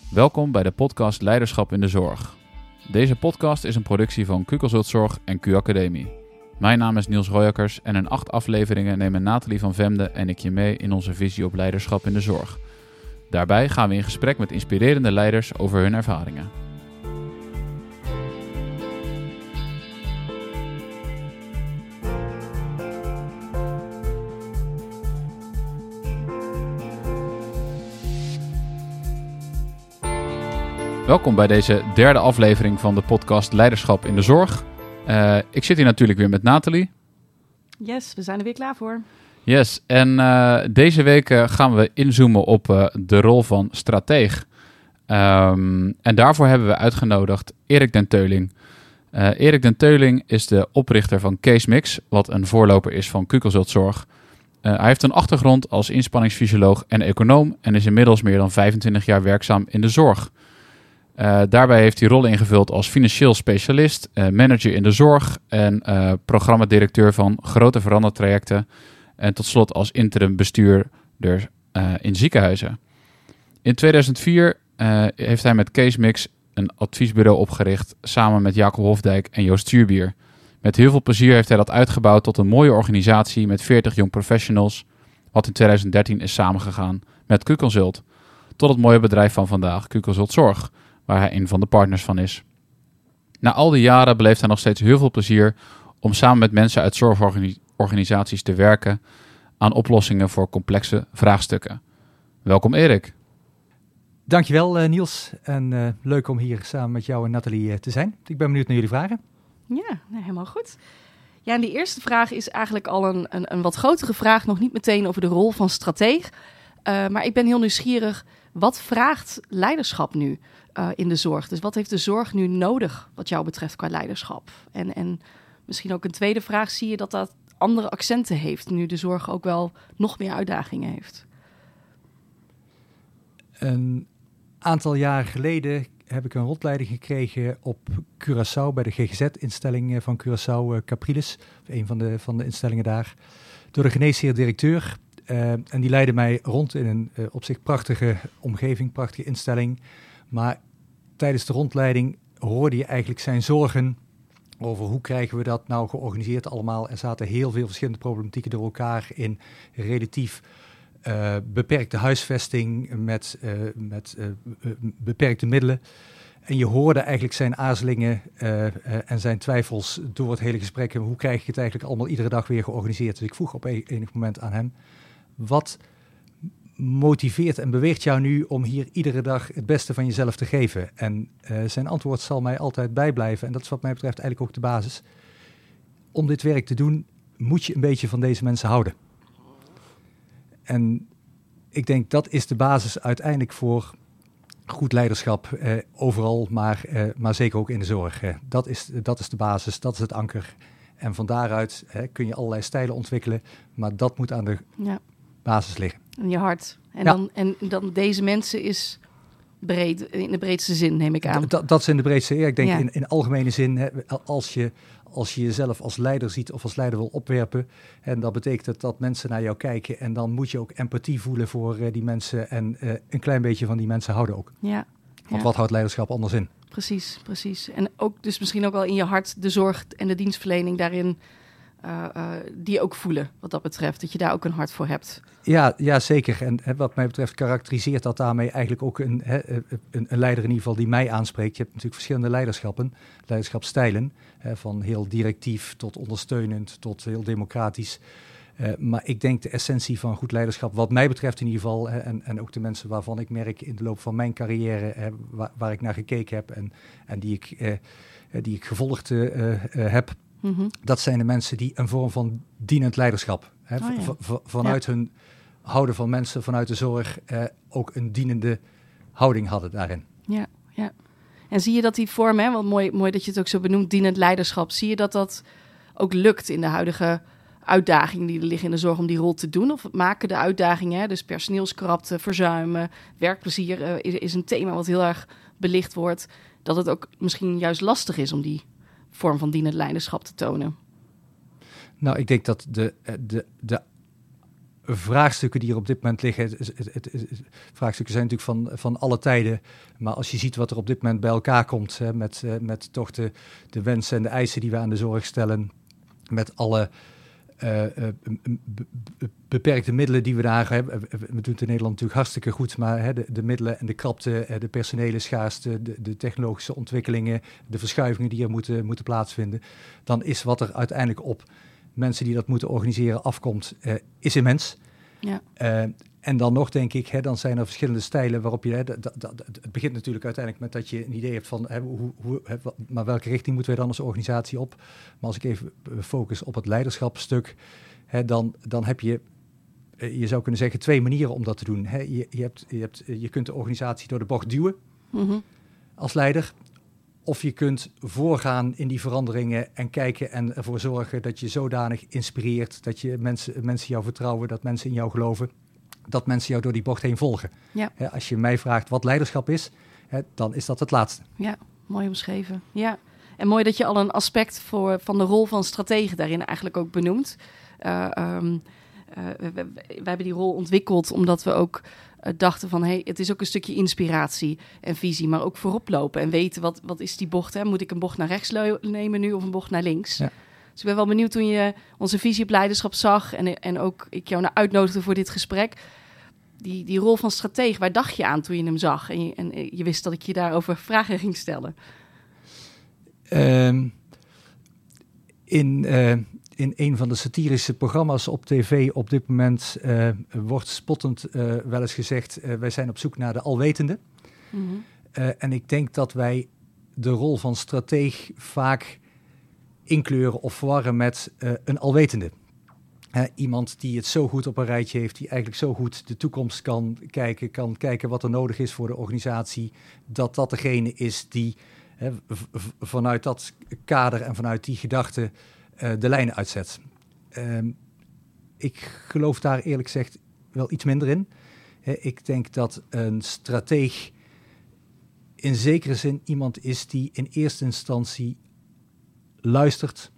Welkom bij de podcast Leiderschap in de Zorg. Deze podcast is een productie van Q Consult Zorg en Q Academie. Mijn naam is Niels Royakkers en in 8 afleveringen nemen Nathalie van Vemde en ik je mee in onze visie op leiderschap in de zorg. Daarbij gaan we in gesprek met inspirerende leiders over hun ervaringen. Welkom bij deze derde aflevering van de podcast Leiderschap in de Zorg. Ik zit hier natuurlijk weer met Nathalie. Yes, we zijn er weer klaar voor. Yes, en deze week gaan we inzoomen op de rol van strateeg. En daarvoor hebben we uitgenodigd Erik den Teuling. Erik den Teuling is de oprichter van CaseMix, wat een voorloper is van Q Consult Zorg. Hij heeft een achtergrond als inspanningsfysioloog en econoom en is inmiddels meer dan 25 jaar werkzaam in de zorg. Daarbij heeft hij rollen ingevuld als financieel specialist, manager in de zorg en programmadirecteur van grote verandertrajecten. En tot slot als interim bestuurder in ziekenhuizen. In 2004 heeft hij met CaseMix een adviesbureau opgericht samen met Jacob Hofdijk en Joost Zuurbier. Met heel veel plezier heeft hij dat uitgebouwd tot een mooie organisatie met 40 young professionals, wat in 2013 is samengegaan met Q Consult. Tot het mooie bedrijf van vandaag, Q Consult Zorg, waar hij een van de partners van is. Na al die jaren beleeft hij nog steeds heel veel plezier om samen met mensen uit zorgorganisaties te werken aan oplossingen voor complexe vraagstukken. Welkom Erik. Dankjewel Niels en leuk om hier samen met jou en Nathalie te zijn. Ik ben benieuwd naar jullie vragen. Ja, helemaal goed. Ja, en die eerste vraag is eigenlijk al een wat grotere vraag, nog niet meteen over de rol van strateeg. Maar ik ben heel nieuwsgierig, wat vraagt leiderschap nu in de zorg? Dus wat heeft de zorg nu nodig wat jou betreft qua leiderschap? En misschien ook een tweede vraag, zie je dat andere accenten heeft, nu de zorg ook wel nog meer uitdagingen heeft? Een aantal jaren geleden heb ik een rondleiding gekregen op Curaçao, bij de GGZ-instelling van Curaçao, Capriles, een van de instellingen daar, door de geneesheer-directeur. En die leidde mij rond in een op zich prachtige omgeving, prachtige instelling. Maar tijdens de rondleiding hoorde je eigenlijk zijn zorgen over hoe krijgen we dat nou georganiseerd allemaal. Er zaten heel veel verschillende problematieken door elkaar in relatief beperkte huisvesting met beperkte middelen. En je hoorde eigenlijk zijn aarzelingen en zijn twijfels door het hele gesprek. Hoe krijg je het eigenlijk allemaal iedere dag weer georganiseerd? Dus ik vroeg op enig moment aan hem, wat motiveert en beweegt jou nu om hier iedere dag het beste van jezelf te geven? En zijn antwoord zal mij altijd bijblijven. En dat is wat mij betreft eigenlijk ook de basis. Om dit werk te doen, moet je een beetje van deze mensen houden. En ik denk dat is de basis uiteindelijk voor goed leiderschap overal, maar zeker ook in de zorg. Dat is de basis, dat is het anker. En van daaruit kun je allerlei stijlen ontwikkelen, maar dat moet aan de basis liggen. In je hart. En dan deze mensen is breed, in de breedste zin, neem ik aan. Dat is in de breedste zin. Ik denk in algemene zin, als je jezelf als leider ziet of als leider wil opwerpen, en dat betekent dat mensen naar jou kijken en dan moet je ook empathie voelen voor die mensen en een klein beetje van die mensen houden ook. Ja. Want wat houdt leiderschap anders in? Precies. En ook dus misschien ook wel in je hart de zorg en de dienstverlening daarin die ook voelen wat dat betreft, dat je daar ook een hart voor hebt. Ja, zeker. En wat mij betreft karakteriseert dat daarmee eigenlijk ook een leider in ieder geval die mij aanspreekt. Je hebt natuurlijk verschillende leiderschapsstijlen, van heel directief tot ondersteunend tot heel democratisch. Maar ik denk de essentie van goed leiderschap, wat mij betreft in ieder geval, en ook de mensen waarvan ik merk in de loop van mijn carrière, waar ik naar gekeken heb en die ik gevolgd heb, dat zijn de mensen die een vorm van dienend leiderschap, vanuit hun houden van mensen, vanuit de zorg, ook een dienende houding hadden daarin. Ja. En zie je dat die vorm, wat mooi dat je het ook zo benoemt, dienend leiderschap, zie je dat ook lukt in de huidige uitdagingen die er liggen in de zorg om die rol te doen? Of maken de uitdagingen, dus personeelskrapte, verzuimen, werkplezier is een thema wat heel erg belicht wordt, dat het ook misschien juist lastig is om die vorm van dienend leiderschap te tonen? Nou, ik denk dat de vraagstukken die er op dit moment liggen. Vraagstukken zijn natuurlijk van alle tijden. Maar als je ziet wat er op dit moment bij elkaar komt, met toch de wensen en de eisen die we aan de zorg stellen, met alle beperkte middelen die we daar hebben. We doen het in Nederland natuurlijk hartstikke goed, maar de middelen en de krapte, de personele schaarste, de technologische ontwikkelingen, de verschuivingen die er moeten plaatsvinden, dan is wat er uiteindelijk op mensen die dat moeten organiseren afkomt, is immens. Ja. En dan nog denk ik, dan zijn er verschillende stijlen waarop je... Het begint natuurlijk uiteindelijk met dat je een idee hebt van... maar welke richting moeten wij dan als organisatie op? Maar als ik even focus op het leiderschapsstuk, dan heb je... Je zou kunnen zeggen 2 manieren om dat te doen. Je kunt de organisatie door de bocht duwen als leider. Of je kunt voorgaan in die veranderingen en kijken en ervoor zorgen dat je zodanig inspireert, dat je mensen jou vertrouwen, dat mensen in jou geloven, dat mensen jou door die bocht heen volgen. Ja. Als je mij vraagt wat leiderschap is, dan is dat het laatste. Ja, mooi omschreven. Ja. En mooi dat je al een aspect van de rol van strategen daarin eigenlijk ook benoemt. Wij hebben die rol ontwikkeld omdat we ook dachten van, het is ook een stukje inspiratie en visie, maar ook voorop lopen en weten wat is die bocht. Moet ik een bocht naar rechts nemen nu of een bocht naar links? Ja. Dus ik ben wel benieuwd toen je onze visie op leiderschap zag en ook ik jou uitnodigde voor dit gesprek. Die rol van stratege, waar dacht je aan toen je hem zag? En je wist dat ik je daarover vragen ging stellen. In een van de satirische programma's op tv op dit moment wordt spottend wel eens gezegd, wij zijn op zoek naar de alwetende. Mm-hmm. En ik denk dat wij de rol van strateeg vaak inkleuren of verwarren met een alwetende. Iemand die het zo goed op een rijtje heeft, die eigenlijk zo goed de toekomst kan kijken wat er nodig is voor de organisatie, dat degene is die vanuit dat kader en vanuit die gedachte de lijnen uitzet. Ik geloof daar eerlijk gezegd wel iets minder in. Ik denk dat een strateeg in zekere zin iemand is die in eerste instantie luistert,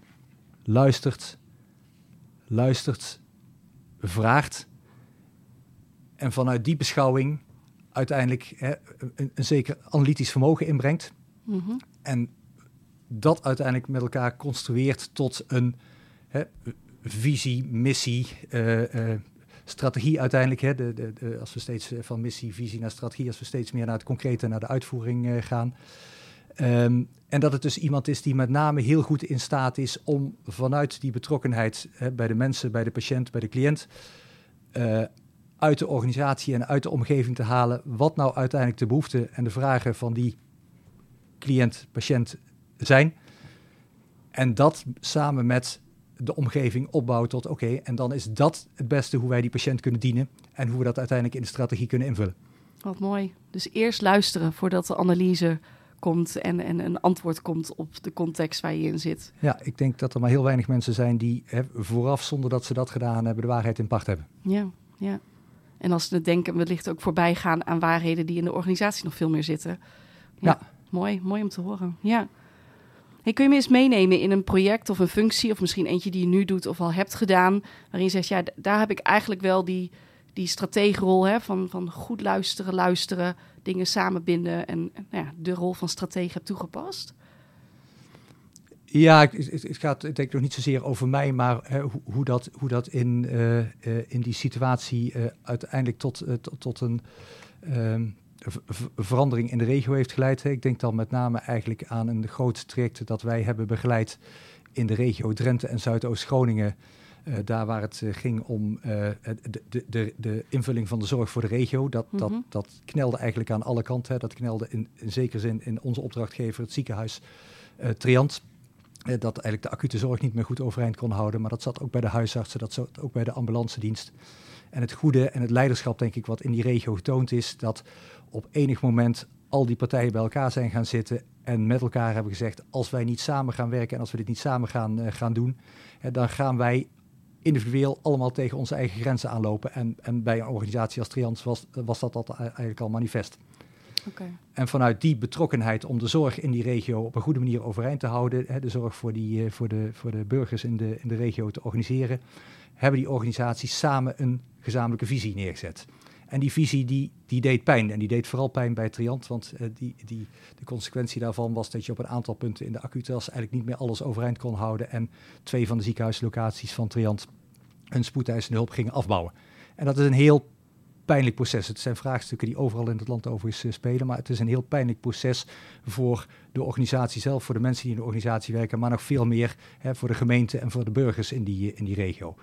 vraagt en vanuit die beschouwing uiteindelijk een zeker analytisch vermogen inbrengt. Mm-hmm. En dat uiteindelijk met elkaar construeert tot een visie, missie, strategie uiteindelijk. Als we steeds van missie, visie naar strategie, als we steeds meer naar het concrete, naar de uitvoering gaan. En dat het dus iemand is die met name heel goed in staat is om vanuit die betrokkenheid bij de mensen, bij de patiënt, bij de cliënt, uit de organisatie en uit de omgeving te halen wat nou uiteindelijk de behoeften en de vragen van die cliënt, patiënt zijn. En dat samen met de omgeving opbouwt tot en dan is dat het beste hoe wij die patiënt kunnen dienen en hoe we dat uiteindelijk in de strategie kunnen invullen. Wat mooi. Dus eerst luisteren voordat de analyse komt en een antwoord komt op de context waar je in zit. Ja, ik denk dat er maar heel weinig mensen zijn die vooraf, zonder dat ze dat gedaan hebben, de waarheid in pacht hebben. Ja. En als ze het denken, wellicht ook voorbij gaan aan waarheden die in de organisatie nog veel meer zitten. Ja. Mooi om te horen. Ja. Kun je me eens meenemen in een project of een functie, of misschien eentje die je nu doet of al hebt gedaan, waarin je zegt, daar heb ik eigenlijk wel die strateegrol van goed luisteren, dingen samenbinden en de rol van stratege heb toegepast? Ja, het gaat denk ik nog niet zozeer over mij, maar hoe dat in die situatie uiteindelijk tot een verandering in de regio heeft geleid. Ik denk dan met name eigenlijk aan een groot traject dat wij hebben begeleid in de regio Drenthe en Zuidoost-Groningen. Daar waar het ging om de invulling van de zorg voor de regio. Dat knelde eigenlijk aan alle kanten. Dat knelde in zekere zin in onze opdrachtgever, het ziekenhuis Triant. Dat eigenlijk de acute zorg niet meer goed overeind kon houden. Maar dat zat ook bij de huisartsen, dat zat ook bij de ambulancedienst. En het goede en het leiderschap, denk ik, wat in die regio getoond is, dat op enig moment al die partijen bij elkaar zijn gaan zitten en met elkaar hebben gezegd, als wij niet samen gaan werken en als we dit niet samen gaan doen, dan gaan wij individueel allemaal tegen onze eigen grenzen aanlopen. En bij een organisatie als Triant was dat eigenlijk al manifest. Okay. En vanuit die betrokkenheid om de zorg in die regio op een goede manier overeind te houden, de zorg voor de burgers in de regio te organiseren, hebben die organisaties samen een gezamenlijke visie neergezet. En die visie die deed pijn. En die deed vooral pijn bij Triant. Want de consequentie daarvan was dat je op een aantal punten in de Acutas eigenlijk niet meer alles overeind kon houden. En 2 van de ziekenhuislocaties van Triant hun spoedeisende hulp gingen afbouwen. En dat is een heel pijnlijk proces. Het zijn vraagstukken die overal in het land overigens spelen. Maar het is een heel pijnlijk proces voor de organisatie zelf, voor de mensen die in de organisatie werken. Maar nog veel meer voor de gemeente en voor de burgers in die regio.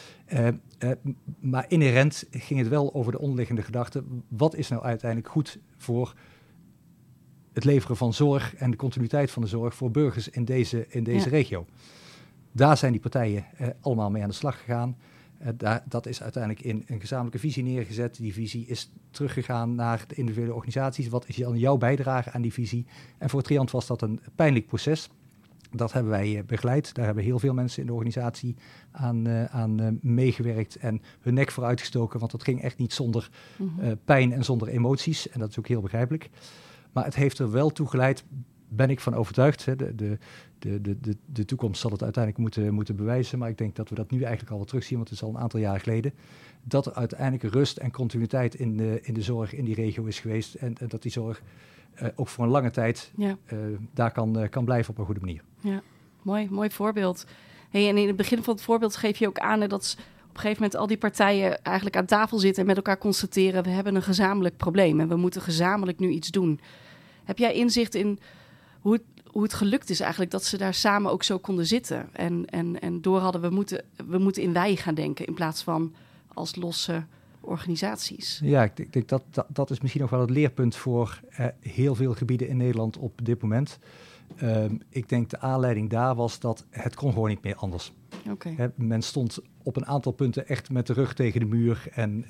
Maar inherent ging het wel over de onderliggende gedachte. Wat is nou uiteindelijk goed voor het leveren van zorg en de continuïteit van de zorg voor burgers in deze regio? Daar zijn die partijen allemaal mee aan de slag gegaan. Dat is uiteindelijk in een gezamenlijke visie neergezet. Die visie is teruggegaan naar de individuele organisaties. Wat is dan jouw bijdrage aan die visie? En voor Triant was dat een pijnlijk proces. Dat hebben wij begeleid. Daar hebben heel veel mensen in de organisatie aan meegewerkt en hun nek voor uitgestoken. Want dat ging echt niet zonder pijn en zonder emoties. En dat is ook heel begrijpelijk. Maar het heeft er wel toe geleid, ben ik van overtuigd. De toekomst zal het uiteindelijk moeten bewijzen. Maar ik denk dat we dat nu eigenlijk al wel terugzien, want het is al een aantal jaar geleden. Dat er uiteindelijk rust en continuïteit in de zorg in die regio is geweest. En dat die zorg ook voor een lange tijd daar kan blijven op een goede manier. Ja, mooi voorbeeld. Hey, en in het begin van het voorbeeld geef je ook aan dat op een gegeven moment al die partijen eigenlijk aan tafel zitten en met elkaar constateren, we hebben een gezamenlijk probleem en we moeten gezamenlijk nu iets doen. Heb jij inzicht in hoe het gelukt is eigenlijk dat ze daar samen ook zo konden zitten en door hadden we moeten in wij gaan denken in plaats van als losse organisaties? Ja, ik denk dat is misschien nog wel het leerpunt voor heel veel gebieden in Nederland op dit moment. Ik denk de aanleiding daar was dat het kon gewoon niet meer anders. Okay. Men stond op een aantal punten echt met de rug tegen de muur en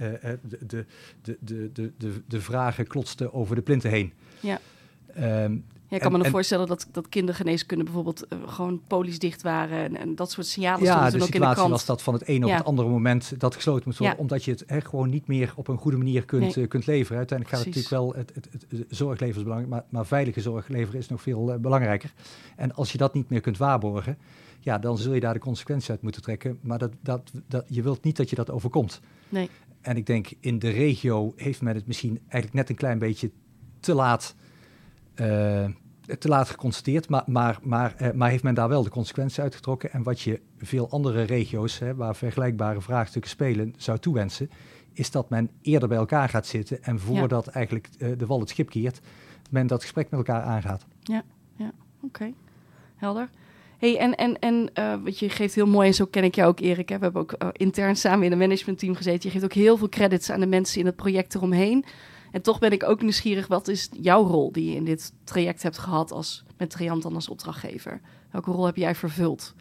de vragen klotsten over de plinten heen. Ja. Ik kan me nog voorstellen dat kindergeneeskunde bijvoorbeeld gewoon poliesdicht waren en dat soort signalen stonden toen ook in de krant. Ja, de situatie was dat van het ene op het andere moment dat gesloten moet worden, omdat je het gewoon niet meer op een goede manier kunt leveren. Uiteindelijk gaat het natuurlijk wel, het zorgleveren is belangrijk, maar veilige zorg leveren is nog veel belangrijker. En als je dat niet meer kunt waarborgen, ja, dan zul je daar de consequenties uit moeten trekken. Maar je wilt niet dat je dat overkomt. Nee. En ik denk in de regio heeft men het misschien eigenlijk net een klein beetje te laat geconstateerd, maar heeft men daar wel de consequenties uitgetrokken. En wat je veel andere regio's, waar vergelijkbare vraagstukken spelen, zou toewensen, is dat men eerder bij elkaar gaat zitten en voordat eigenlijk de wal het schip keert, men dat gesprek met elkaar aangaat. Ja, oké. Helder. Hey, en wat je geeft heel mooi, en zo ken ik jou ook, Erik. Hè? We hebben ook intern samen in een managementteam gezeten. Je geeft ook heel veel credits aan de mensen in het project eromheen. En toch ben ik ook nieuwsgierig, wat is jouw rol die je in dit traject hebt gehad met Triant dan als opdrachtgever? Welke rol heb jij vervuld?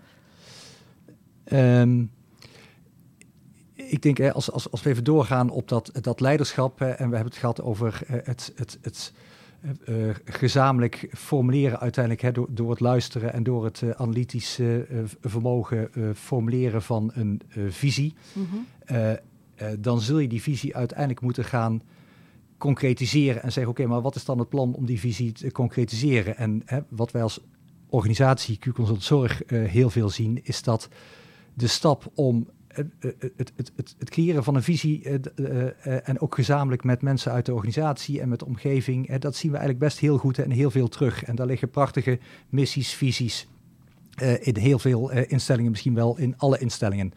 Ik denk, als we even doorgaan op dat leiderschap, en we hebben het gehad over het gezamenlijk formuleren uiteindelijk, door het luisteren en door het analytisch vermogen formuleren van een visie. Mm-hmm. Dan zul je die visie uiteindelijk moeten gaan concretiseren en zeggen, oké, maar wat is dan het plan om die visie te concretiseren? En wat wij als organisatie Q-Consult Zorg heel veel zien, is dat de stap om het creëren van een visie en ook gezamenlijk met mensen uit de organisatie en met de omgeving, dat zien we eigenlijk best heel goed en heel veel terug. En daar liggen prachtige missies, visies in heel veel instellingen, misschien wel in alle instellingen.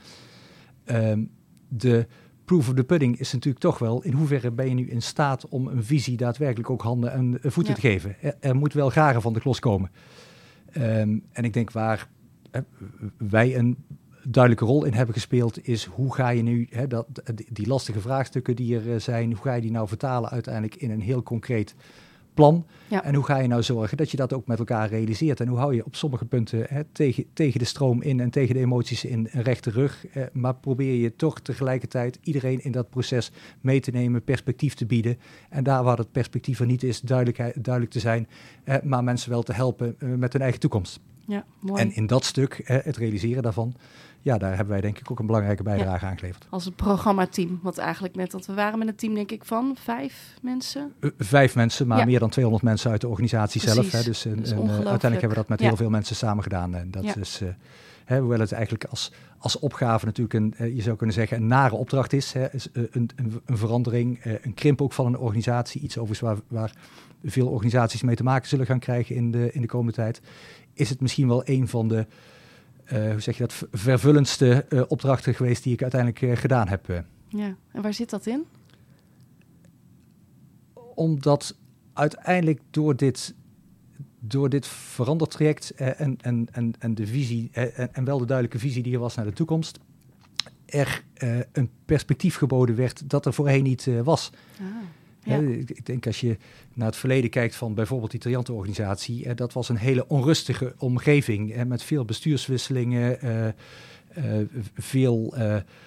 De proof of the pudding is natuurlijk toch wel, in hoeverre ben je nu in staat om een visie daadwerkelijk ook handen en voeten te geven. Er moet wel garen van de klos komen. En ik denk waar wij een duidelijke rol in hebben gespeeld, is hoe ga je nu die lastige vraagstukken die er zijn, hoe ga je die nou vertalen uiteindelijk in een heel concreet plan? Ja. En hoe ga je nou zorgen dat je dat ook met elkaar realiseert? En hoe hou je op sommige punten tegen de stroom in en tegen de emoties in een rechte rug? Maar probeer je toch tegelijkertijd iedereen in dat proces mee te nemen, perspectief te bieden. En daar waar het perspectief er niet is, duidelijk te zijn, maar mensen wel te helpen met hun eigen toekomst. Ja, mooi. En in dat stuk, het realiseren daarvan, daar hebben wij denk ik ook een belangrijke bijdrage aan geleverd. Als het programmateam, wat eigenlijk want we waren met een team denk ik van 5 mensen. 5 mensen, maar meer dan 200 mensen uit de organisatie zelf. Hè, dus uiteindelijk hebben we dat met heel veel mensen samen gedaan. En dat is, hoewel het eigenlijk als opgave natuurlijk je zou kunnen zeggen, een nare opdracht is. Hè, is een verandering, een krimp ook van een organisatie. Iets overigens waar veel organisaties mee te maken zullen gaan krijgen in de komende tijd. Is het misschien wel een van de vervullendste opdrachten geweest die ik uiteindelijk gedaan heb. Ja, en waar zit dat in? Omdat uiteindelijk door dit verandertraject en de visie en wel de duidelijke visie die er was naar de toekomst, er een perspectief geboden werd dat er voorheen niet was. Ja. Ik denk als je naar het verleden kijkt van bijvoorbeeld die Triante-organisatie, dat was een hele onrustige omgeving met veel bestuurswisselingen, veel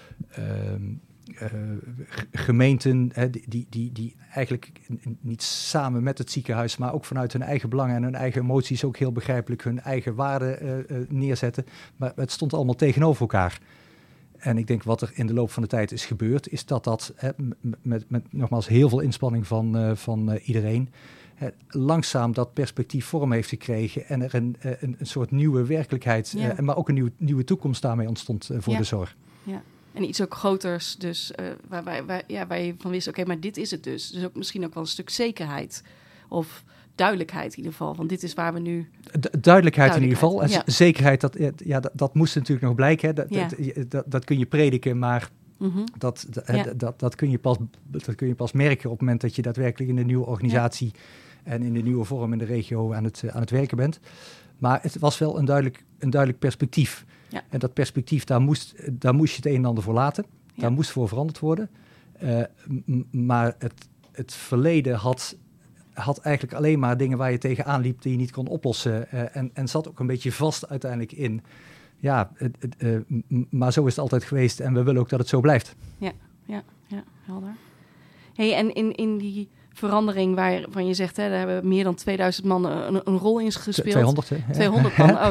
gemeenten die eigenlijk niet samen met het ziekenhuis, maar ook vanuit hun eigen belangen en hun eigen emoties ook heel begrijpelijk hun eigen waarden neerzetten. Maar het stond allemaal tegenover elkaar. En ik denk wat er in de loop van de tijd is gebeurd, is dat met nogmaals heel veel inspanning van iedereen, langzaam dat perspectief vorm heeft gekregen en er een soort nieuwe werkelijkheid, maar ook een nieuwe toekomst daarmee ontstond voor de zorg. Ja. En iets ook groters, dus waar je van wist, oké, maar dit is het dus. Dus ook misschien ook wel een stuk zekerheid of duidelijkheid in ieder geval. Want dit is waar we nu... Duidelijkheid in ieder geval. En zekerheid, dat moest natuurlijk nog blijken. Dat kun je prediken, maar dat kun je pas merken op het moment dat je daadwerkelijk in de nieuwe organisatie en in de nieuwe vorm in de regio aan het werken bent. Maar het was wel een duidelijk perspectief. Ja. En dat perspectief, daar moest je het een en ander voor laten. Ja. Daar moest voor veranderd worden. Maar het verleden had eigenlijk alleen maar dingen waar je tegenaan liep die je niet kon oplossen. En zat ook een beetje vast uiteindelijk in. Ja, maar zo is het altijd geweest en we willen ook dat het zo blijft. Ja, helder. Hey, en in die verandering waarvan je zegt, daar hebben meer dan 2000 man een rol in gespeeld. 200, hè? 200 man,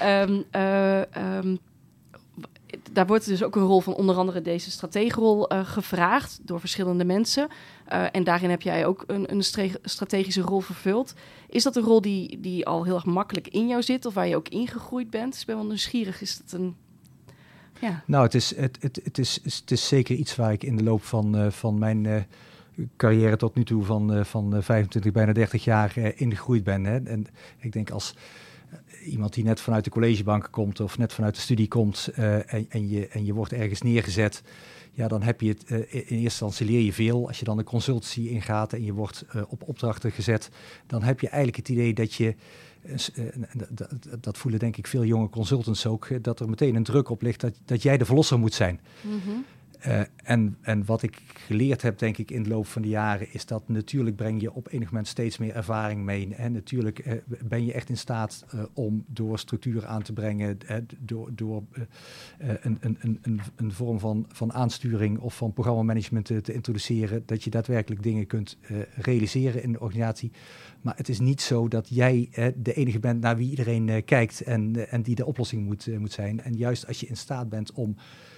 daar wordt dus ook een rol van onder andere deze strategenrol gevraagd door verschillende mensen. En daarin heb jij ook een strategische rol vervuld. Is dat een rol die al heel erg makkelijk in jou zit of waar je ook ingegroeid bent? Dus ik ben wel nieuwsgierig. Is dat een... Ja. Nou, het is zeker iets waar ik in de loop van mijn carrière tot nu toe van 25, bijna 30 jaar ingegroeid ben. Hè. En ik denk als iemand die net vanuit de collegebank komt of net vanuit de studie komt en je wordt ergens neergezet, ja, dan heb je het in eerste instantie leer je veel. Als je dan de consultancy ingaat en je wordt op opdrachten gezet, dan heb je eigenlijk het idee dat je, dat voelen denk ik veel jonge consultants ook, dat er meteen een druk op ligt dat jij de verlosser moet zijn. Mm-hmm. En wat ik geleerd heb, denk ik, in de loop van de jaren, is dat natuurlijk breng je op enig moment steeds meer ervaring mee. En natuurlijk ben je echt in staat om door structuur aan te brengen, door een vorm van aansturing of van programmamanagement te introduceren, dat je daadwerkelijk dingen kunt realiseren in de organisatie. Maar het is niet zo dat jij de enige bent naar wie iedereen kijkt en die de oplossing moet zijn. En juist als je in staat bent om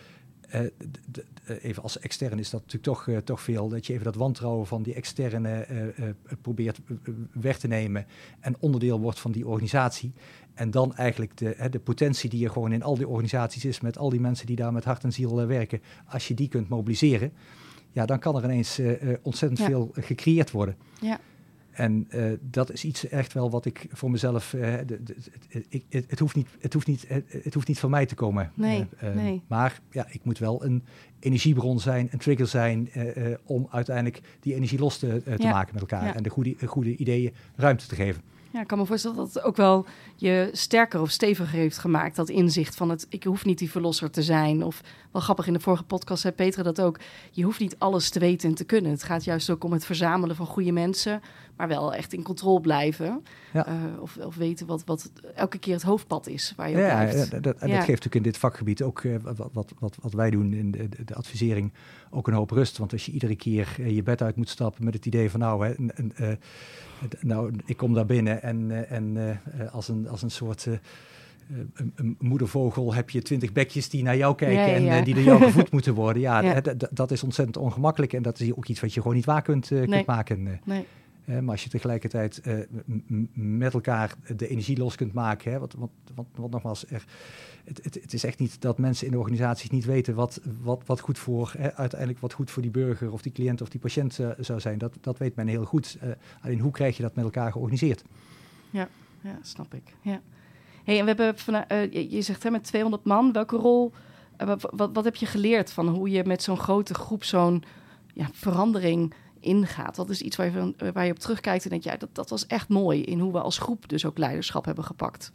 even als extern is dat natuurlijk toch veel, dat je even dat wantrouwen van die externe probeert weg te nemen en onderdeel wordt van die organisatie. En dan eigenlijk de potentie die er gewoon in al die organisaties is, met al die mensen die daar met hart en ziel werken, als je die kunt mobiliseren, ja, dan kan er ineens ontzettend veel gecreëerd worden. Ja. En dat is iets echt wel wat ik voor mezelf... Het hoeft niet van mij te komen. Nee. Maar ja, ik moet wel een energiebron zijn, een trigger zijn om uiteindelijk die energie los te maken met elkaar. Ja. En de goede ideeën ruimte te geven. Ja, ik kan me voorstellen dat het ook wel je sterker of steviger heeft gemaakt. Dat inzicht van ik hoef niet die verlosser te zijn. Of wel grappig, in de vorige podcast zei Petra dat ook. Je hoeft niet alles te weten en te kunnen. Het gaat juist ook om het verzamelen van goede mensen. Maar wel echt in controle blijven. Ja. Of weten wat elke keer het hoofdpad is waar je op blijft. Dat geeft natuurlijk in dit vakgebied ook wat wij doen in de advisering ook een hoop rust. Want als je iedere keer je bed uit moet stappen met het idee van ik kom daar binnen en als een soort een moedervogel heb je 20 bekjes die naar jou kijken en die door jou gevoed moeten worden. Dat is ontzettend ongemakkelijk en dat is ook iets wat je gewoon niet waar kunt maken. Nee. Maar als je tegelijkertijd met elkaar de energie los kunt maken. Want nogmaals, het is echt niet dat mensen in de organisaties niet weten wat goed voor, uiteindelijk wat goed voor die burger of die cliënt of die patiënt zou zijn. Dat weet men heel goed. Alleen hoe krijg je dat met elkaar georganiseerd? Ja, snap ik. Ja. Hey, en we hebben je zegt met 200 man, welke rol, wat heb je geleerd van hoe je met zo'n grote groep zo'n verandering ingaat? Wat is iets waar je op terugkijkt en denkt, dat was echt mooi in hoe we als groep dus ook leiderschap hebben gepakt?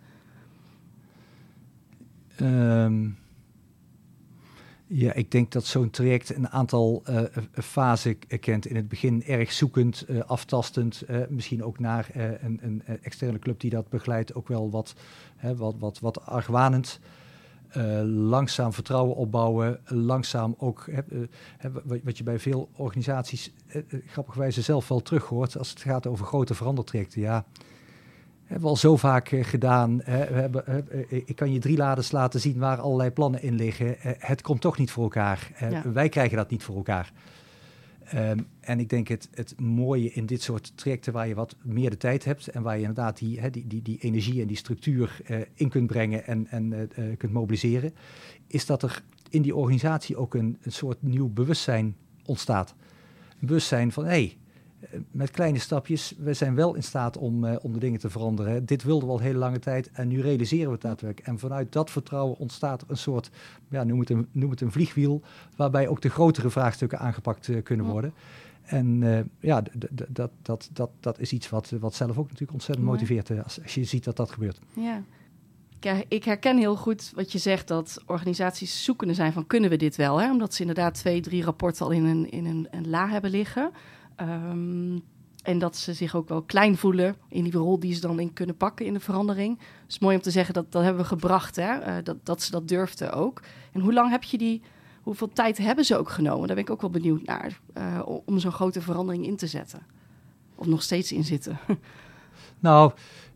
Ik denk dat zo'n traject een aantal fasen kent. In het begin erg zoekend, aftastend, misschien ook naar een externe club die dat begeleidt, ook wel wat argwanend. Langzaam vertrouwen opbouwen, langzaam ook, wat je bij veel organisaties grappigwijze zelf wel terug hoort als het gaat over grote verandertrajecten. Ja, hebben we al zo vaak gedaan. Ik kan je 3 laders laten zien waar allerlei plannen in liggen. Het komt toch niet voor elkaar. Wij krijgen dat niet voor elkaar. En ik denk het mooie in dit soort trajecten waar je wat meer de tijd hebt en waar je inderdaad die energie en die structuur in kunt brengen en kunt mobiliseren, is dat er in die organisatie ook een soort nieuw bewustzijn ontstaat. Een bewustzijn van, met kleine stapjes, we zijn wel in staat om de dingen te veranderen. Dit wilden we al hele lange tijd en nu realiseren we het daadwerkelijk. En vanuit dat vertrouwen ontstaat er een soort, noem het een vliegwiel, waarbij ook de grotere vraagstukken aangepakt kunnen worden. En dat is iets wat zelf ook natuurlijk ontzettend motiveert als je ziet dat gebeurt. Ja. Ik herken heel goed wat je zegt, dat organisaties zoekende zijn van kunnen we dit wel? Hè? Omdat ze inderdaad 2-3 rapporten al in een la hebben liggen. En dat ze zich ook wel klein voelen in die rol die ze dan in kunnen pakken in de verandering. Het is mooi om te zeggen dat hebben we gebracht, hè? Dat ze dat durfden ook. En hoe lang hoeveel tijd hebben ze ook genomen? Daar ben ik ook wel benieuwd naar, om zo'n grote verandering in te zetten. Of nog steeds in zitten. Nou,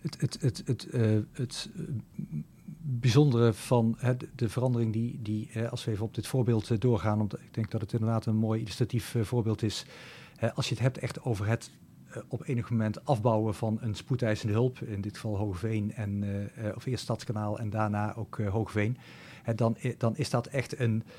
het bijzondere van de verandering die als we even op dit voorbeeld doorgaan, omdat ik denk dat het inderdaad een mooi illustratief voorbeeld is. Als je het hebt echt over het op enig moment afbouwen van een spoedeisende hulp, in dit geval Hoogeveen, of eerst Stadskanaal en daarna ook Hoogeveen, dan is dat echt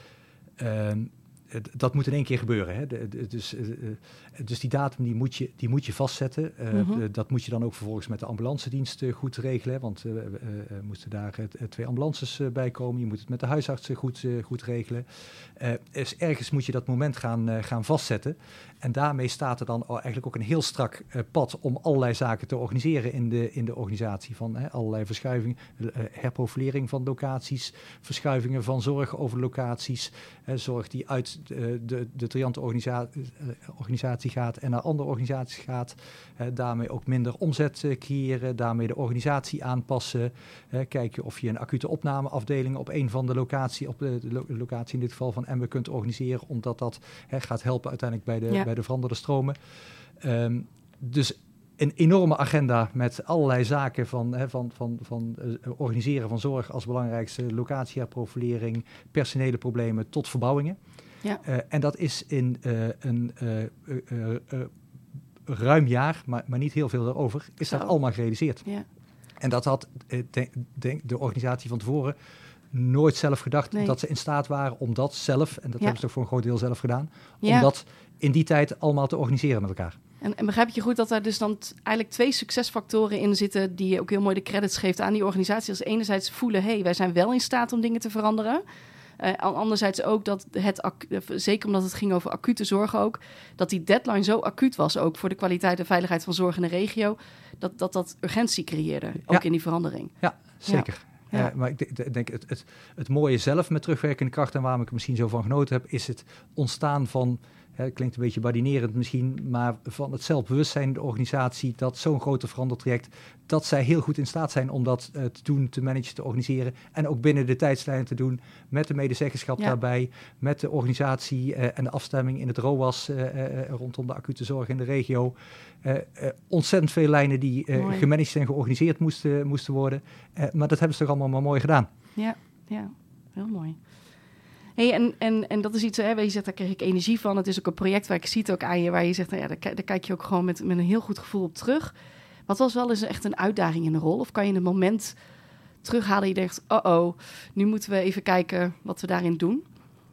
dat moet in één keer gebeuren. Hè? Dus die datum die moet je vastzetten. Dat moet je dan ook vervolgens met de ambulancedienst goed regelen. Want er moeten daar 2 ambulances bij komen. Je moet het met de huisartsen goed regelen. Dus ergens moet je dat moment gaan vastzetten. En daarmee staat er dan eigenlijk ook een heel strak pad om allerlei zaken te organiseren in de organisatie. Van allerlei verschuivingen, herprofilering van locaties, verschuivingen van zorg over locaties, zorg die uit de triante organisatie gaat en naar andere organisaties gaat. Daarmee ook minder omzet creëren, daarmee de organisatie aanpassen. Kijken of je een acute opnameafdeling op een van de locatie, op de locatie in dit geval van Emmen kunt organiseren, omdat dat gaat helpen uiteindelijk bij de veranderde stromen. Dus een enorme agenda met allerlei zaken van organiseren van zorg als belangrijkste, locatieherprofilering, personele problemen tot verbouwingen. Ja. En dat is in een ruim jaar, maar niet heel veel erover, is dat allemaal gerealiseerd. Ja. En dat had de organisatie van tevoren nooit zelf gedacht dat ze in staat waren om dat zelf, en dat hebben ze toch voor een groot deel zelf gedaan, om dat in die tijd allemaal te organiseren met elkaar. En begrijp je goed dat er dus dan eigenlijk 2 succesfactoren in zitten die ook heel mooi de credits geeft aan die organisatie. Als enerzijds voelen, wij zijn wel in staat om dingen te veranderen. Anderzijds ook dat zeker omdat het ging over acute zorg ook, dat die deadline zo acuut was ook voor de kwaliteit en veiligheid van zorg in de regio, dat urgentie creëerde, ook in die verandering. Ja, zeker. Ja. Maar ik denk het mooie zelf met terugwerkende kracht en waarom ik er misschien zo van genoten heb, is het ontstaan van klinkt een beetje badinerend misschien, maar van het zelfbewustzijn in de organisatie, dat zo'n grote verandertraject, dat zij heel goed in staat zijn om dat te doen, te managen, te organiseren en ook binnen de tijdslijn te doen, met de medezeggenschap daarbij, met de organisatie en de afstemming in het ROAS rondom de acute zorg in de regio. Ontzettend veel lijnen die gemanaged en georganiseerd moesten worden, maar dat hebben ze toch allemaal maar mooi gedaan. Ja, heel mooi. Hey, en dat is iets, waar je zegt, daar kreeg ik energie van. Het is ook een project waar ik zie het ook aan je, waar je zegt, nou ja, daar kijk je ook gewoon met een heel goed gevoel op terug. Wat was wel eens echt een uitdaging in de rol? Of kan je een moment terughalen en je denkt, nu moeten we even kijken wat we daarin doen?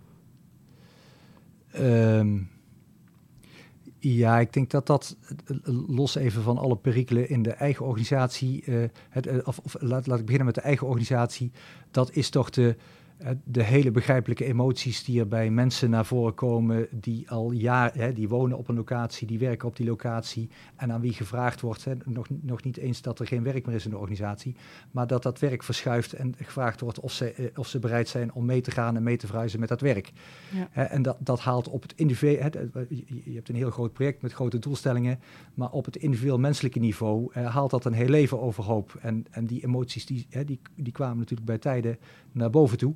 Ja, ik denk dat los even van alle perikelen in de eigen organisatie, laat ik beginnen met de eigen organisatie, dat is toch de hele begrijpelijke emoties die er bij mensen naar voren komen die al jaren, die wonen op een locatie, die werken op die locatie en aan wie gevraagd wordt, nog niet eens dat er geen werk meer is in de organisatie, maar dat werk verschuift en gevraagd wordt of ze bereid zijn om mee te gaan en mee te verhuizen met dat werk. Ja. En dat haalt op het individueel, je hebt een heel groot project met grote doelstellingen, maar op het individueel menselijke niveau haalt dat een heel leven overhoop. En die emoties die kwamen natuurlijk bij tijden naar boven toe.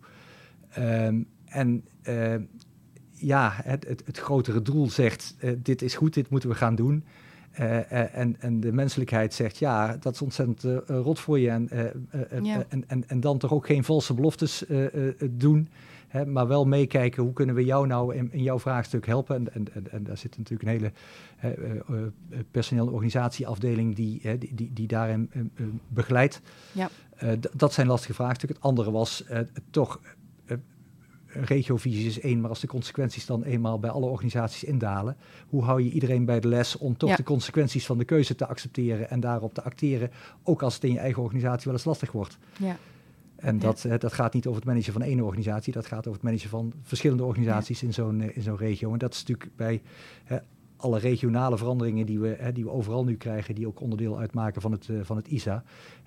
Het grotere doel zegt, dit is goed, dit moeten we gaan doen. En de menselijkheid zegt, ja, dat is ontzettend rot voor je. En dan toch ook geen valse beloftes doen, maar wel meekijken, hoe kunnen we jou nou in jouw vraagstuk helpen. En daar zit natuurlijk een hele personeel- en organisatieafdeling die daarin begeleidt. Ja. Dat zijn lastige vraagstukken. Het andere was toch... regiovisie is één, maar als de consequenties dan eenmaal bij alle organisaties indalen, hoe hou je iedereen bij de les om toch de consequenties van de keuze te accepteren en daarop te acteren, ook als het in je eigen organisatie wel eens lastig wordt. Ja. En dat gaat niet over het managen van één organisatie, dat gaat over het managen van verschillende organisaties in zo'n regio. En dat is natuurlijk bij alle regionale veranderingen die we overal nu krijgen, die ook onderdeel uitmaken van het ISA,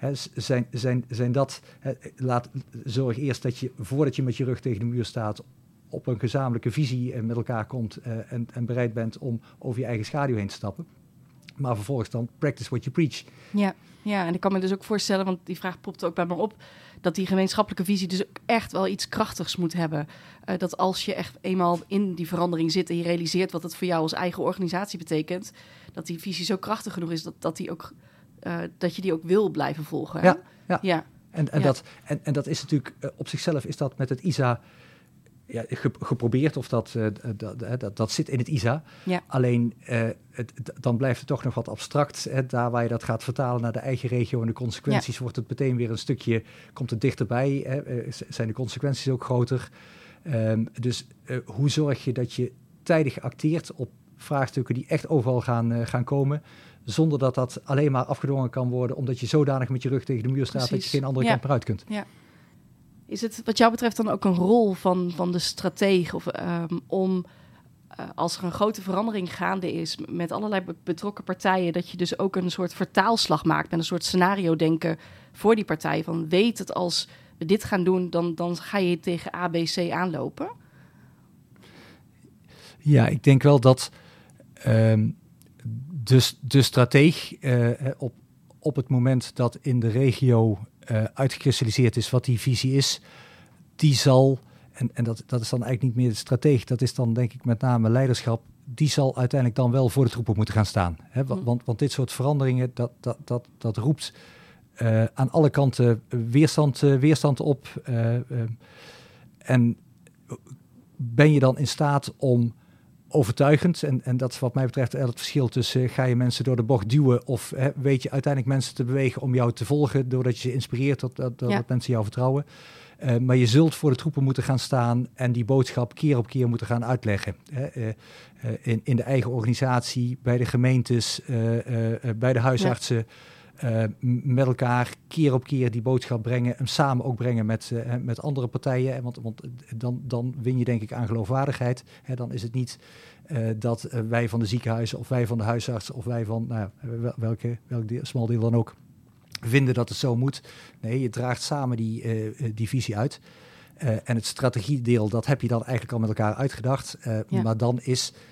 zijn dat... zorg eerst dat je, voordat je met je rug tegen de muur staat, op een gezamenlijke visie met elkaar komt en bereid bent om over je eigen schaduw heen te stappen. Maar vervolgens dan practice what you preach. Ja, en ik kan me dus ook voorstellen, want die vraag popte ook bij me op, dat die gemeenschappelijke visie dus ook echt wel iets krachtigs moet hebben. Dat als je echt eenmaal in die verandering zit en je realiseert wat het voor jou als eigen organisatie betekent, dat die visie zo krachtig genoeg is dat je die ook wil blijven volgen. Ja. En dat is natuurlijk op zichzelf is dat met het ISA geprobeerd, of dat zit in het ISA. Ja. Alleen dan blijft het toch nog wat abstract. Daar waar je dat gaat vertalen naar de eigen regio en de consequenties, wordt het meteen weer een stukje, komt het dichterbij. Zijn de consequenties ook groter? Dus hoe zorg je dat je tijdig acteert op vraagstukken die echt overal gaan komen, zonder dat alleen maar afgedwongen kan worden, omdat je zodanig met je rug tegen de muur staat dat je geen andere kant meer uit kunt. Ja. Is het wat jou betreft dan ook een rol van de strateeg om als er een grote verandering gaande is met allerlei betrokken partijen, dat je dus ook een soort vertaalslag maakt met een soort scenario denken voor die partij? Van weet het, als we dit gaan doen, dan ga je tegen A, B, C aanlopen? Ja, ik denk wel dat de strateeg op het moment dat in de regio uitgekristalliseerd is wat die visie is, die zal, en dat is dan eigenlijk niet meer de strateeg, dat is dan denk ik met name leiderschap, die zal uiteindelijk dan wel voor de troepen moeten gaan staan. Want dit soort veranderingen, dat roept aan alle kanten weerstand op. En ben je dan in staat om overtuigend, en dat is wat mij betreft het verschil tussen ga je mensen door de bocht duwen of weet je uiteindelijk mensen te bewegen om jou te volgen doordat je ze inspireert, dat mensen jou vertrouwen. Maar je zult voor de troepen moeten gaan staan en die boodschap keer op keer moeten gaan uitleggen. In de eigen organisatie, bij de gemeentes, bij de huisartsen. Met elkaar keer op keer die boodschap brengen, hem samen ook brengen met andere partijen. Want dan win je denk ik aan geloofwaardigheid. Dan is het niet dat wij van de ziekenhuizen of wij van de huisartsen of wij van welk smal deel dan ook vinden dat het zo moet. Nee, je draagt samen die visie uit. En het strategiedeel, dat heb je dan eigenlijk al met elkaar uitgedacht. Ja. Maar dan is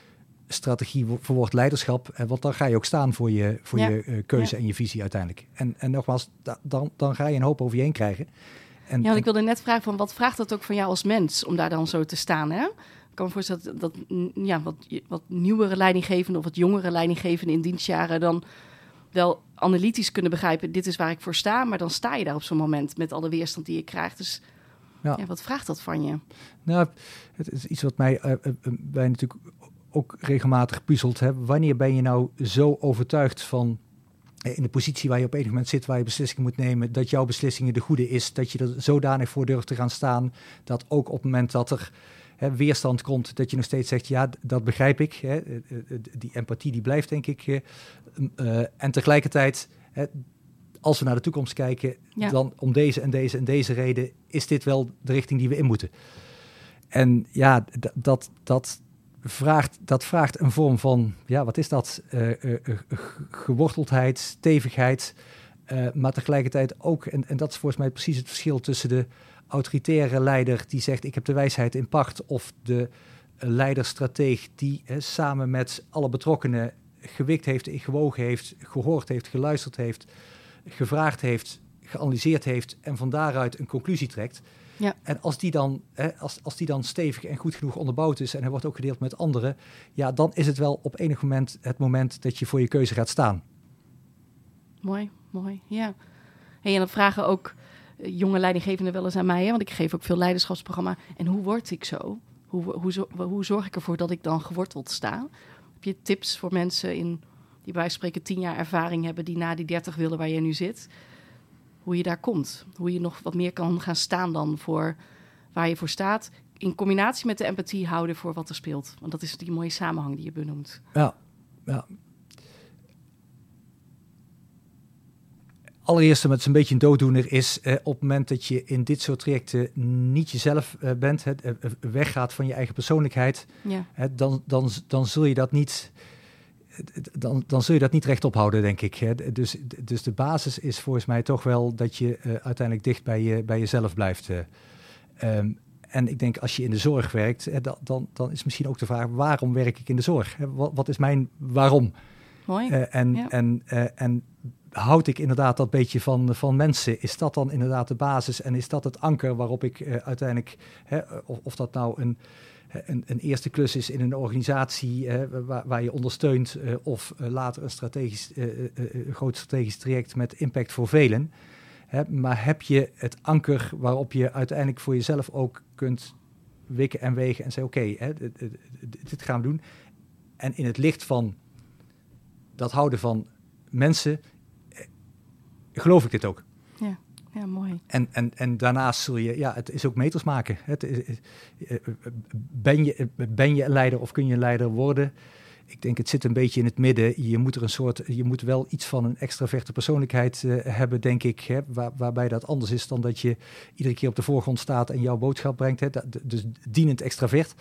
strategie verwoord leiderschap. Want dan ga je ook staan voor je keuze en je visie uiteindelijk. En nogmaals, dan ga je een hoop over je heen krijgen. Want ik wilde net vragen van wat vraagt dat ook van jou als mens om daar dan zo te staan, hè? Ik kan me voorstellen dat wat nieuwere leidinggevenden of wat jongere leidinggevenden in dienstjaren dan wel analytisch kunnen begrijpen, dit is waar ik voor sta, maar dan sta je daar op zo'n moment met alle weerstand die je krijgt. Dus wat vraagt dat van je? Nou, het is iets wat mij natuurlijk ook regelmatig puzzelt. Hè. Wanneer ben je nou zo overtuigd van in de positie waar je op enig moment zit, waar je beslissingen moet nemen, dat jouw beslissingen de goede is, dat je er zodanig voor durft te gaan staan, dat ook op het moment dat er weerstand komt, dat je nog steeds zegt, ja, dat begrijp ik. Die empathie die blijft, denk ik. En tegelijkertijd, als we naar de toekomst kijken, dan om deze en deze en deze reden is dit wel de richting die we in moeten. En ja, dat vraagt een vorm van, wat is dat? Geworteldheid, stevigheid, maar tegelijkertijd ook, en dat is volgens mij precies het verschil tussen de autoritaire leider die zegt, ik heb de wijsheid in pacht, of de leider-strateeg die samen met alle betrokkenen gewikt heeft, gewogen heeft, gehoord heeft, geluisterd heeft, gevraagd heeft, geanalyseerd heeft en van daaruit een conclusie trekt. Ja. En als die dan stevig en goed genoeg onderbouwd is en hij wordt ook gedeeld met anderen, dan is het wel op enig moment het moment dat je voor je keuze gaat staan. Mooi, ja. En dan vragen ook jonge leidinggevenden wel eens aan mij, want ik geef ook veel leiderschapsprogramma. En hoe word ik zo? Hoe zorg ik ervoor dat ik dan geworteld sta? Heb je tips voor mensen die bij wijze van spreken 10 jaar ervaring hebben, die na die 30 willen waar je nu zit? Hoe je daar komt. Hoe je nog wat meer kan gaan staan dan voor waar je voor staat. In combinatie met de empathie houden voor wat er speelt. Want dat is die mooie samenhang die je benoemt. Ja. Allereerst, wat het een beetje een dooddoener is, op het moment dat je in dit soort trajecten niet jezelf bent, weggaat van je eigen persoonlijkheid, dan zul je dat niet. Dan zul je dat niet rechtop houden, denk ik. Dus de basis is volgens mij toch wel dat je uiteindelijk dicht bij jezelf blijft. En ik denk als je in de zorg werkt, dan is misschien ook de vraag, waarom werk ik in de zorg? Wat is mijn waarom? Mooi. En houd ik inderdaad dat beetje van mensen? Is dat dan inderdaad de basis en is dat het anker waarop ik uiteindelijk, of dat nou een eerste klus is in een organisatie waar je ondersteunt of later een groot strategisch traject met impact voor velen. Maar heb je het anker waarop je uiteindelijk voor jezelf ook kunt wikken en wegen en zeggen oké, dit gaan we doen. En in het licht van dat houden van mensen geloof ik dit ook. Ja, mooi. En daarnaast zul je, het is ook meters maken. Ben je een leider of kun je een leider worden? Ik denk, het zit een beetje in het midden. Je moet wel iets van een extraverte persoonlijkheid hebben, denk ik. Waarbij dat anders is dan dat je iedere keer op de voorgrond staat en jouw boodschap brengt. Dus dienend extravert.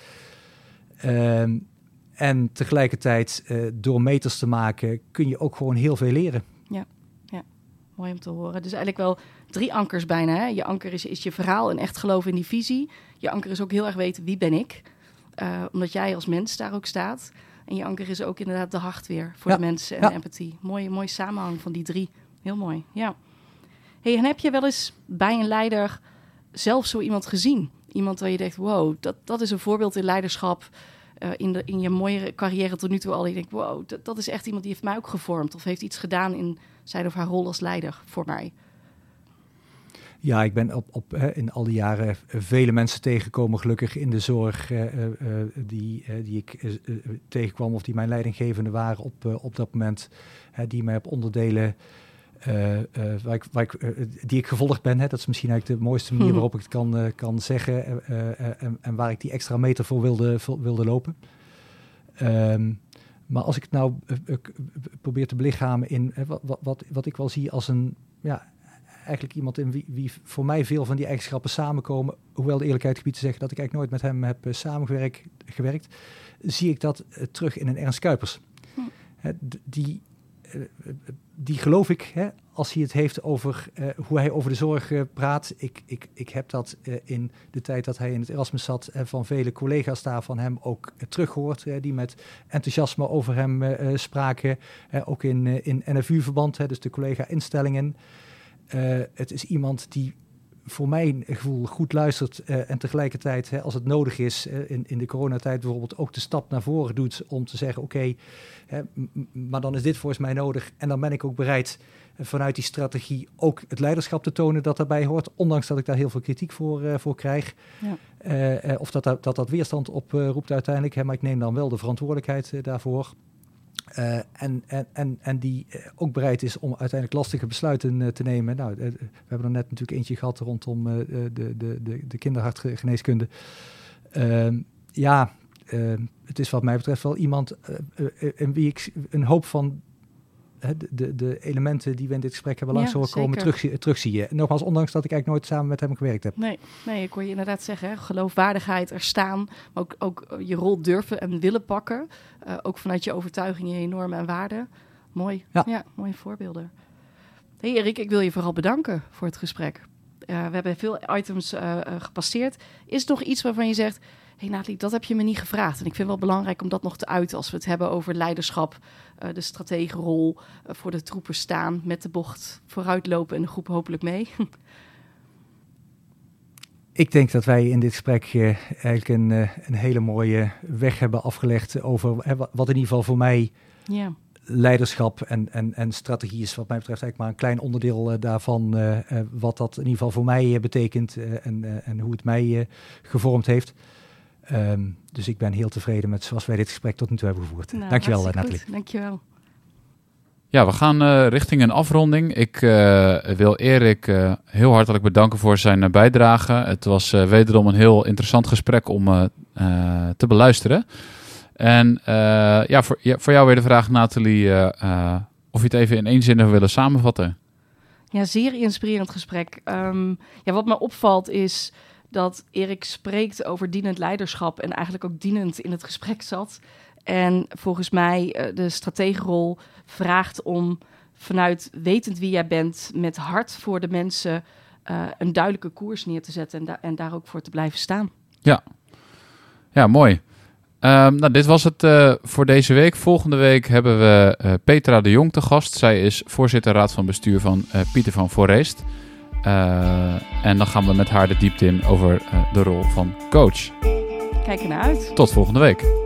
En tegelijkertijd, door meters te maken, kun je ook gewoon heel veel leren. Ja. Mooi om te horen. Dus eigenlijk wel 3 ankers bijna. Hè? Je anker is je verhaal en echt geloven in die visie. Je anker is ook heel erg weten, wie ben ik? Omdat jij als mens daar ook staat. En je anker is ook inderdaad de hart weer voor de mensen en de empathie. Mooi samenhang van die 3. Heel mooi, ja. Hey, en heb je wel eens bij een leider zelf zo iemand gezien? Iemand waar je denkt, wow, dat is een voorbeeld in leiderschap. In je mooie carrière tot nu toe al. Je denkt, wow, dat is echt iemand die heeft mij ook gevormd. Of heeft iets gedaan in zijn of haar rol als leider voor mij. Ja, ik ben in al die jaren vele mensen tegengekomen, gelukkig in de zorg, die ik tegenkwam of die mijn leidinggevende waren op dat moment. Die mij op onderdelen, die ik gevolgd ben. Dat is misschien eigenlijk de mooiste manier waarop ik het kan zeggen. En waar ik die extra meter voor wilde lopen. Maar als ik het nou probeer te belichamen in wat ik wel zie als een... eigenlijk iemand in wie voor mij veel van die eigenschappen samenkomen, hoewel de eerlijkheid gebied te zeggen dat ik eigenlijk nooit met hem heb samengewerkt, zie ik dat terug in een Ernst Kuipers. Die die geloof ik, hè, als hij het heeft over hoe hij over de zorg praat. Ik heb dat in de tijd dat hij in het Erasmus zat van vele collega's daar van hem ook teruggehoord. Die met enthousiasme over hem spraken. Ook in NFU-verband, dus de collega-instellingen. Het is iemand die voor mijn gevoel goed luistert en tegelijkertijd, als het nodig is, in de coronatijd bijvoorbeeld ook de stap naar voren doet om te zeggen, oké, maar dan is dit volgens mij nodig. En dan ben ik ook bereid vanuit die strategie ook het leiderschap te tonen dat daarbij hoort, ondanks dat ik daar heel veel kritiek voor krijg. Ja. Of dat weerstand oproept uiteindelijk, maar ik neem dan wel de verantwoordelijkheid daarvoor. En die ook bereid is om uiteindelijk lastige besluiten te nemen. Nou, we hebben er net natuurlijk eentje gehad rondom de kinderhartgeneeskunde. Het is wat mij betreft wel iemand in wie ik een hoop van de elementen die we in dit gesprek hebben langs horen komen terug zie je. Nogmaals, ondanks dat ik eigenlijk nooit samen met hem gewerkt heb. Nee, ik hoor je inderdaad zeggen, geloofwaardigheid, er staan, maar ook je rol durven en willen pakken. Ook vanuit je overtuigingen, je normen en waarden. Mooi. Ja, mooie voorbeelden. Hey Erik, ik wil je vooral bedanken voor het gesprek. We hebben veel items gepasseerd. Is er nog iets waarvan je zegt, hey Nathalie, dat heb je me niet gevraagd. En ik vind het wel belangrijk om dat nog te uiten als we het hebben over leiderschap, de strategenrol, voor de troepen staan, met de bocht vooruitlopen en de groep hopelijk mee. Ik denk dat wij in dit gesprek eigenlijk een hele mooie weg hebben afgelegd over wat in ieder geval voor mij leiderschap en strategie is. Wat mij betreft eigenlijk maar een klein onderdeel daarvan, wat dat in ieder geval voor mij betekent en hoe het mij gevormd heeft. Dus ik ben heel tevreden met zoals wij dit gesprek tot nu toe hebben gevoerd. Nou, dankjewel, Nathalie. Dankjewel. Ja, we gaan richting een afronding. Ik wil Erik heel hartelijk bedanken voor zijn bijdrage. Het was wederom een heel interessant gesprek om te beluisteren. En voor jou weer de vraag, Nathalie, of je het even in 1 zin zou willen samenvatten. Ja, zeer inspirerend gesprek. Wat me opvalt is dat Erik spreekt over dienend leiderschap en eigenlijk ook dienend in het gesprek zat. En volgens mij de strategenrol vraagt om vanuit wetend wie jij bent, met hart voor de mensen, een duidelijke koers neer te zetten en daar ook voor te blijven staan. Ja, mooi. Dit was het voor deze week. Volgende week hebben we Petra de Jong te gast. Zij is voorzitter raad van bestuur van Pieter van Foreest. En dan gaan we met haar de diepte in over de rol van coach. Kijk ernaar uit. Tot volgende week.